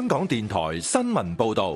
港電台新聞報道。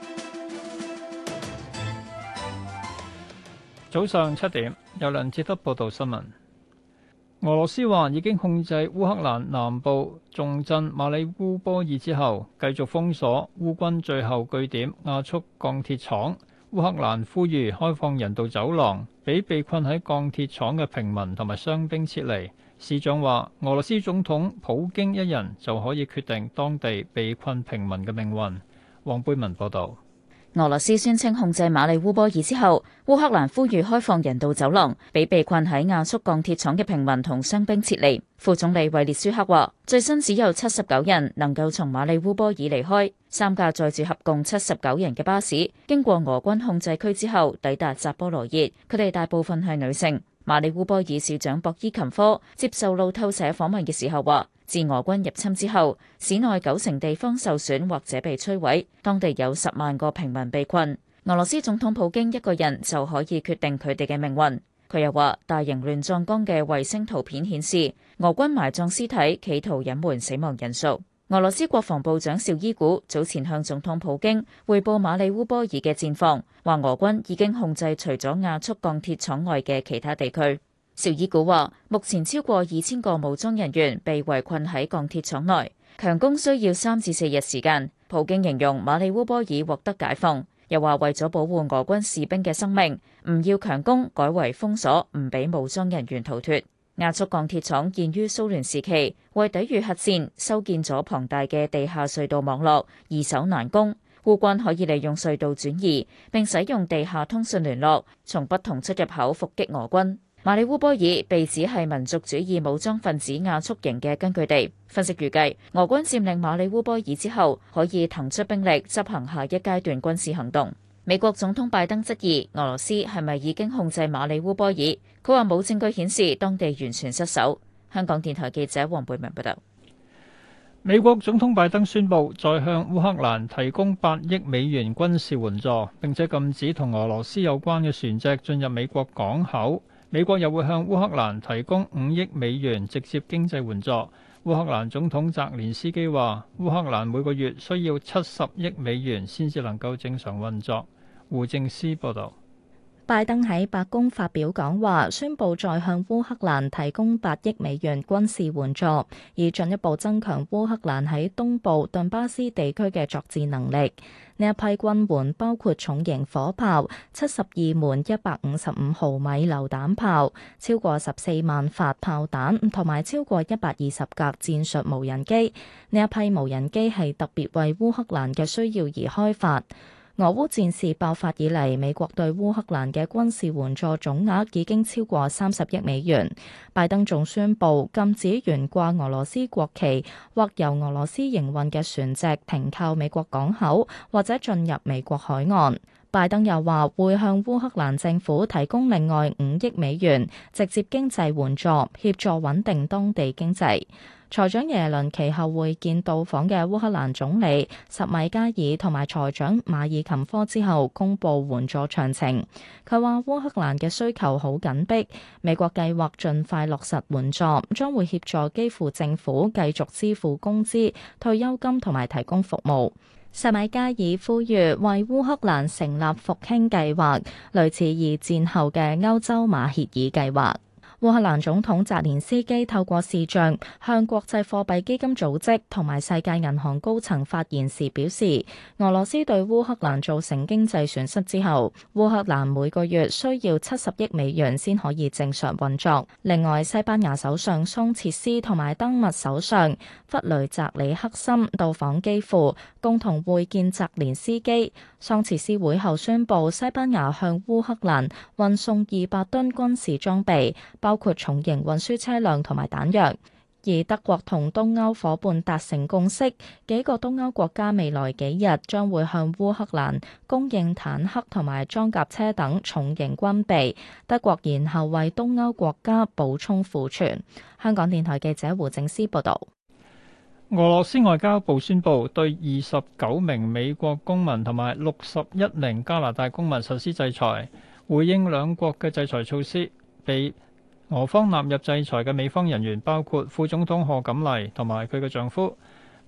早上7點，有梁志德報道新聞。俄羅斯話已經控制烏克蘭南部重鎮馬里烏波爾之後，繼續封鎖烏軍最後據點亞速鋼鐵廠。烏克蘭呼籲開放人道走廊，俾被困喺鋼鐵廠嘅平民同埋傷兵撤離。市長話，俄羅斯總統普京一人就可以決定當地被困平民嘅命運。黃貝文報導。 俄羅斯宣稱控制馬里烏波爾之後，烏克蘭呼籲開放人道走廊，俾被困喺亞速鋼鐵廠嘅平民同傷兵撤離。副總理韋列舒克話，最新只有79人能夠從馬里烏波爾離開。3架載住合共79人嘅巴士，經過俄軍控制區之後，抵達扎波羅熱。佢哋大部分係女性。馬里烏波爾市長博伊琴科接受路透社訪問嘅時候話，自俄軍入侵之後，市內90%地方受損或者被摧毀，當地有10萬個平民被困。俄羅斯總統普京一個人就可以決定佢哋嘅命運。佢又話，大型亂葬崗嘅衛星圖片顯示，俄軍埋葬屍體，企圖隱瞞死亡人數。俄羅斯國防部長紹伊古早前向總統普京匯報馬里烏波爾嘅戰況，話俄軍已經控制除咗亞速鋼鐵廠外嘅其他地區。紹伊古話，目前超過2000個武裝人員被圍困喺鋼鐵廠內，強攻需要3至4日時間。普京形容馬里烏波爾獲得解放，又話為咗保護俄軍士兵嘅生命，唔要強攻，改為封鎖，唔俾武裝人員逃脫。亞速鋼鐵廠建於蘇聯時期，為抵禦核戰，修建咗龐大嘅地下隧道網絡，易守難攻。烏軍可以利用隧道轉移，並使用地下通訊聯絡，從不同出入口伏擊俄軍。馬里烏波爾被指係民族主義武裝分子亞速營嘅根據地。分析預計，俄軍佔領馬里烏波爾之後，可以騰出兵力執行下一階段軍事行動。美國總統拜登質疑俄羅斯係咪已經控制馬里烏波爾，佢話冇證據顯示當地完全失守。香港電台記者黃貝文報道。 美國總統拜登宣布再向烏克蘭提供8億美元軍事援助，並且禁止同俄羅斯有關嘅船隻進入美國港口。美國又會向烏克蘭提供5億美元直接經濟援助。烏克蘭總統澤連斯基話，烏克蘭每個月需要70億美元先至能夠正常運作。胡正思報導。 拜登喺白宮發表講話，宣布再向烏克蘭提供8億美元軍事援助，以進一步增強烏克蘭喺東部頓巴斯地區嘅作戰能力。呢一批軍援包括重型火炮、72門155毫米榴彈炮、超過14萬發炮彈，同埋超過120架戰術無人機。呢一批無人機係特別為烏克蘭嘅需要而開發。俄烏戰事爆發以嚟，美國對烏克蘭嘅軍事援助總額已經超過30億美元。拜登仲宣布禁止懸掛俄羅斯國旗或由俄羅斯營運嘅船隻停靠美國港口或者進入美國海岸。拜登又話會向烏克蘭政府提供另外5億美元直接經濟援助，協助穩定當地經濟。財長耶倫其後會見到訪嘅烏克蘭總理什米加爾同埋財長馬爾琴科之後，公布援助詳情。佢話烏克蘭嘅需求好緊迫，美國計劃盡快落實援助，將會協助基輔政府繼續支付工資、退休金同埋提供服務。什米加爾呼籲為烏克蘭成立復興計劃，類似二戰後嘅歐洲馬歇爾計劃。烏克蘭總統澤連斯基透過視像向國際貨幣基金組織同埋世界銀行高層發言時表示，俄羅斯對烏克蘭造成經濟損失之後，烏克蘭每個月需要70億美元先可以正常運作。另外，西班牙首相桑切斯同埋丹麥首相弗雷澤里克森到訪基輔，共同會見澤連斯基。桑切斯會後宣布，西班牙向烏克蘭運送200噸軍事裝備，包括重型運輸車輛同埋彈藥。而德國同東歐夥伴達成共識，幾個東歐國家未來幾日將會向烏克蘭供應坦克同埋裝甲車等重型軍備。德國然後為東歐國家補充庫存。香港電台記者胡正思報導。 俄羅斯外交部宣布對29名美國公民同埋61名加拿大公民實施制裁，回應兩國嘅制裁措施。被俄方納入制裁嘅美方人員包括副總統賀錦麗同埋佢嘅丈夫。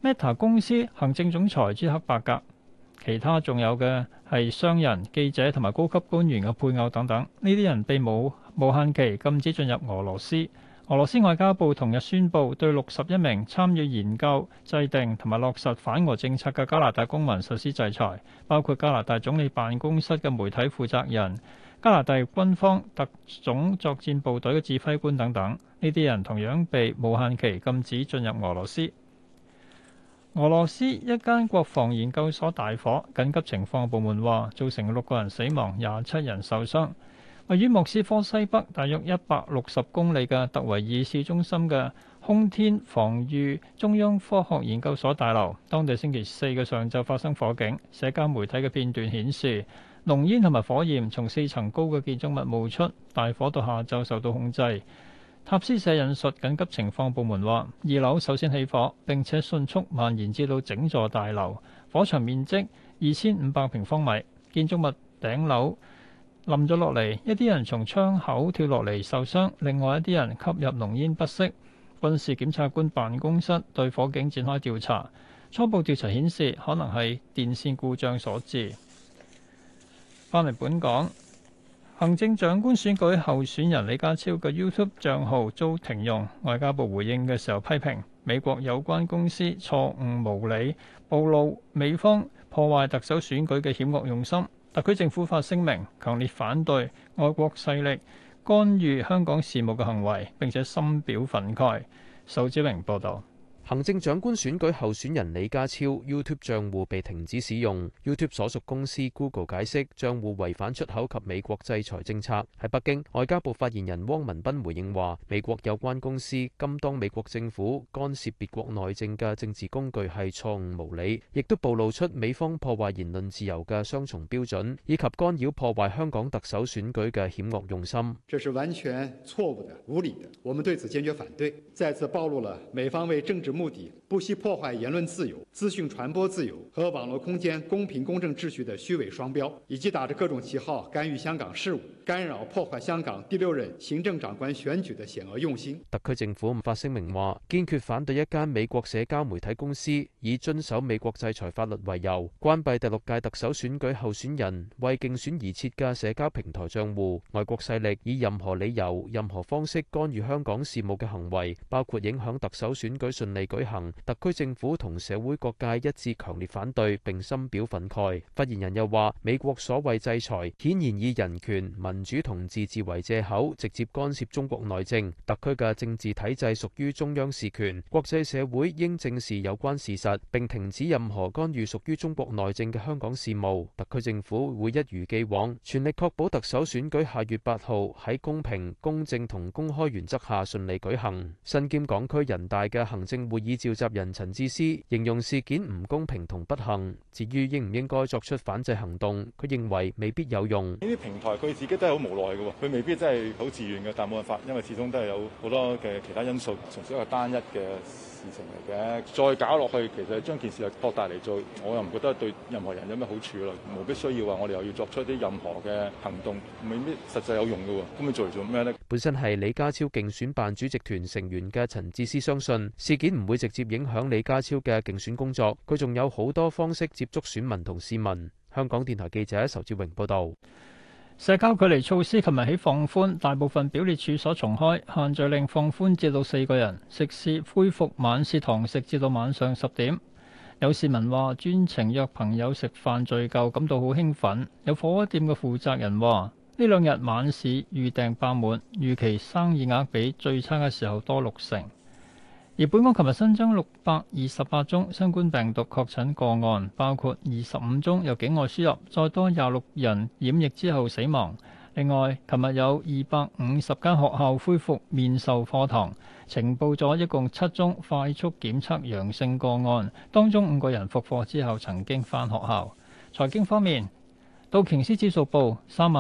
Meta 公司行政總裁朱克伯格。其他仲有嘅係商人、記者同埋高級官員嘅配偶等等，呢啲人被無限期禁止進入俄羅斯。俄羅斯外交部同日宣布對61名參與研究、制定同埋落實反俄政策嘅加拿大公民實施制裁，包括加拿大總理辦公室嘅媒體負責人、加拿大軍方特種作戰部隊嘅指揮官等等。呢啲人同樣被無限期禁止進入俄羅斯。俄羅斯一間國防研究所大火，緊急情況部門話造成6個人死亡、27人受傷。位於莫斯科西北大約160公里嘅特維爾市中心嘅空天防禦中央科學研究所大樓，當地星期四嘅上晝發生火警。社交媒體嘅片段顯示，濃煙同埋火焰從4層高嘅建築物冒出，大火到下晝受到控制。塔斯社引述緊急情況部門話，2樓首先起火，並且迅速蔓延至到整座大樓，火場面積2500平方米，建築物頂樓冧咗落嚟，一啲人從窗口跳落嚟受傷，另外一啲人吸入濃煙不適。軍事檢察官辦公室對火警展開調查，初步調查顯示可能係電線故障所致。翻嚟本港。行政長官選舉候選人李家超嘅 YouTube 帳號遭停用，外交部回應嘅時候批評美國有關公司錯誤無理，暴露美方破壞特首選舉嘅險惡用心。特區政府發聲明，強烈反對外國勢力干預香港事務嘅行為，並且深表憤慨。仇志榮報導。 行政長官選舉候選人李家超 YouTube 帳戶被停止使用。YouTube 所屬公司 Google 解釋，帳戶違反出口及美國制裁政策。喺北京，外交部發言人汪文斌回應話，美國有關公司甘當美國政府干涉別國內政嘅政治工具係錯誤無理，亦都暴露出美方破壞言論自由嘅雙重標準，以及干擾破壞香港特首選舉嘅險惡用心。 這是完全錯誤的、無理的，我們對此堅決反對，再次暴露了美方為政治目的不惜破壞言論自由、資訊傳播自由和網絡空間公平公正秩序的虛偽雙標，以及打着各種旗號干預香港事務、干擾破壞香港第6任行政長官選舉的險惡用心。 特區政府發聲明話，堅決反對一間美國社交媒體公司以遵守美國制裁法律為由，關閉第6屆特首選舉候選人為競選而設嘅社交平台賬戶。外國勢力以任何理由、任何方式干預香港事務嘅行為，包括影響特首選舉順利舉行，特區政府同社會各界一致強烈反對並深表憤慨。發言人又話，美國所謂制裁顯然以人權、民主同自治為藉口，直接干涉中國內政。特區嘅政治體制屬於中央事權，國際社會應正視有關事實，並停止任何干預屬於中國內政嘅香港事務。特區政府會一如既往，全力確保特首選舉下月8號喺公平、公正同公開原則下順利舉行。身兼港區人大嘅行政會議召集人陳智思形容事件唔公平同不幸。至於應唔應該作出反制行動，佢認為未必有用。 呢啲平台佢自己都係好無奈嘅，佢未必真係好自願嘅，但冇辦法，因為始終都係有好多嘅其他因素，純粹一個單一嘅事情嚟嘅。再搞落去，其實將件事又擴大嚟做，我又唔覺得對任何人有咩好處啦。無必需要話我哋又要作出一啲任何嘅行動，未必實際有用嘅。咁你做嚟做咩呢？ 本身係李家超競選辦主席團成員嘅陳智思相信事件唔會直接影響李家超嘅競選工作，佢仲有好多方式接觸選民同市民。香港電台記者仇志榮報道。 社交距離措施琴日起放寬，大部分表列處所重開，限聚令放寬至到4個人，食肆恢復晚市堂食至到晚上10點。有市民話專程約朋友食飯聚舊，感到好興奮。有火鍋店嘅負責人話呢2日晚市預訂爆滿，預期生意額比最差嘅時候多60%。而本港琴日新增628宗新冠病毒確診個案，包括25宗由境外輸入，再多26人染疫之後死亡。另外，琴日有250間學校恢復面授課堂，呈報咗一共7宗快速檢測陽性個案，當中5個人復課之後曾經返學校。財經方面，道瓊斯指數報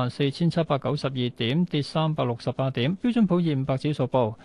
34,792點，跌368點；標準普爾500指數報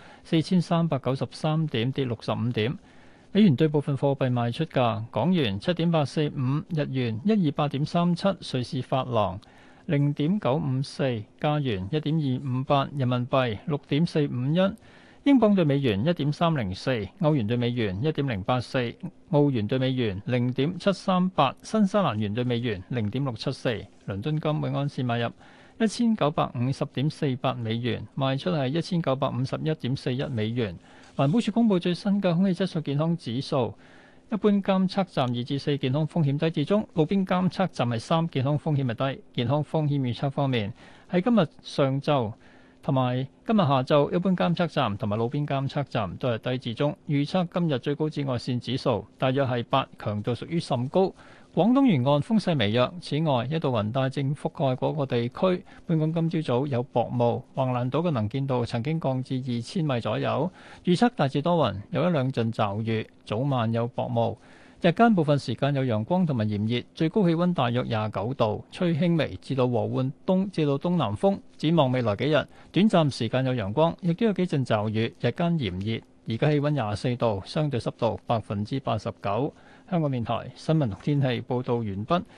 4,393點，跌65點。美元對部分貨幣賣出價：港元7.845，日元128.37，瑞士法郎0.954，加元1.258，人民幣6.451， 英鎊對美元1.304，歐元對美元1.084，澳元對美元0.738，新西蘭元對美元0.674。倫敦金每盎司買入1950.48美元，賣出係1951.41美元。環保署公佈最新嘅空氣質素健康指數，一般監測站2至4健康風險低至中，路邊監測站係3健康風險係低。健康風險預測方面，喺今日上晝同埋今日下晝，一般監測站同埋路邊監測站都係低至中。預測今日最高紫外線指數大約係8，強度屬於甚高。廣東沿岸風勢微弱，此外一道雲帶正覆蓋嗰個地區。本港今朝早有薄霧，橫瀾島嘅能見度曾經降至2000米左右。預測大致多雲，有一兩陣驟雨，早晚有薄霧。日間部分時間有陽光同埋炎熱，最高氣溫大約29度，吹輕微至到和緩東至到東南風。展望未來幾日，短暫時間有陽光，亦都有幾陣驟雨，日間炎熱。而家氣溫24度，相對濕度89%。香港電台新聞同天氣報導完畢。